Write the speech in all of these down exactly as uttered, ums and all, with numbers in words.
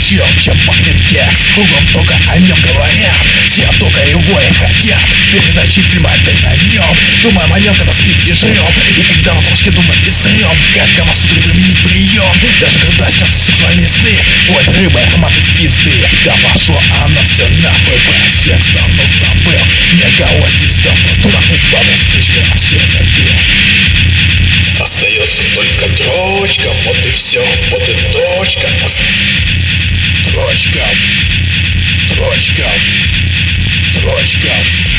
чем, чем пахнет кекс. Кругом только о нем говорят, все только его и хотят. Передачи фильма опять на нем, думаем о нем, когда спим и жрем. И когда на трошке думаем и срем, как Камасутры применить прием. Даже когда снятся сексуальные сны, вот рыба, аромат из пизды. Да пошло оно все нахуй, про секс давно забыл. Никого здесь давно, туда баба стычка, все забил. Остается только дрочка, вот и все, вот и точка. Дрочка, дрочка, дрочка.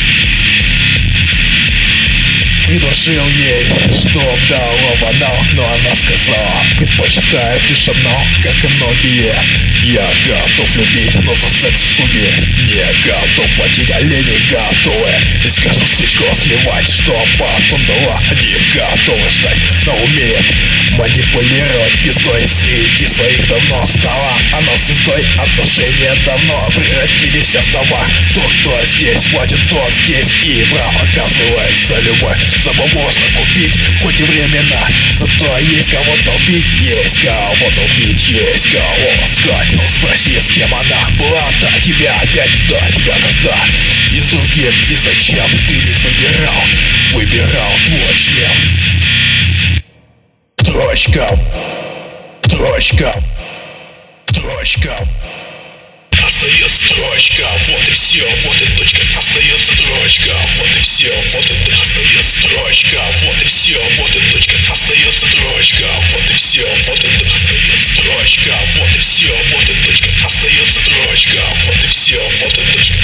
Предложил ей, чтоб дала в анал, но она сказала, предпочитаю тишину, как и многие. Я готов любить, но за секс в сумме не готов платить, олени готовы из каждую стычку сливать, что потом дала. Они готовы ждать, но умеет манипулировать пиздой среди своих давно стала. Она звездой, отношения давно превратились в товар. Тот, кто здесь платит, тот здесь и прав. Оказывается, любовь за бабу можно купить, хоть и временно. Зато есть кого толпить, есть кого толпить, есть кого ласкать. Но спроси, с кем она была до тебя, опять до тебя когда. И с другим, и зачем ты не выбирал, выбирал твой член. Дрочка, дрочка, дрочка. Остается дрочка, вот и все, вот и точка. Остается дрочка, вот и все, вот и точка. Остается дрочка, вот и все, вот и точка. Остается дрочка, вот и все, вот и точка. Остается дрочка, вот и все, вот и точка. Остается дрочка, вот и все, вот и точка.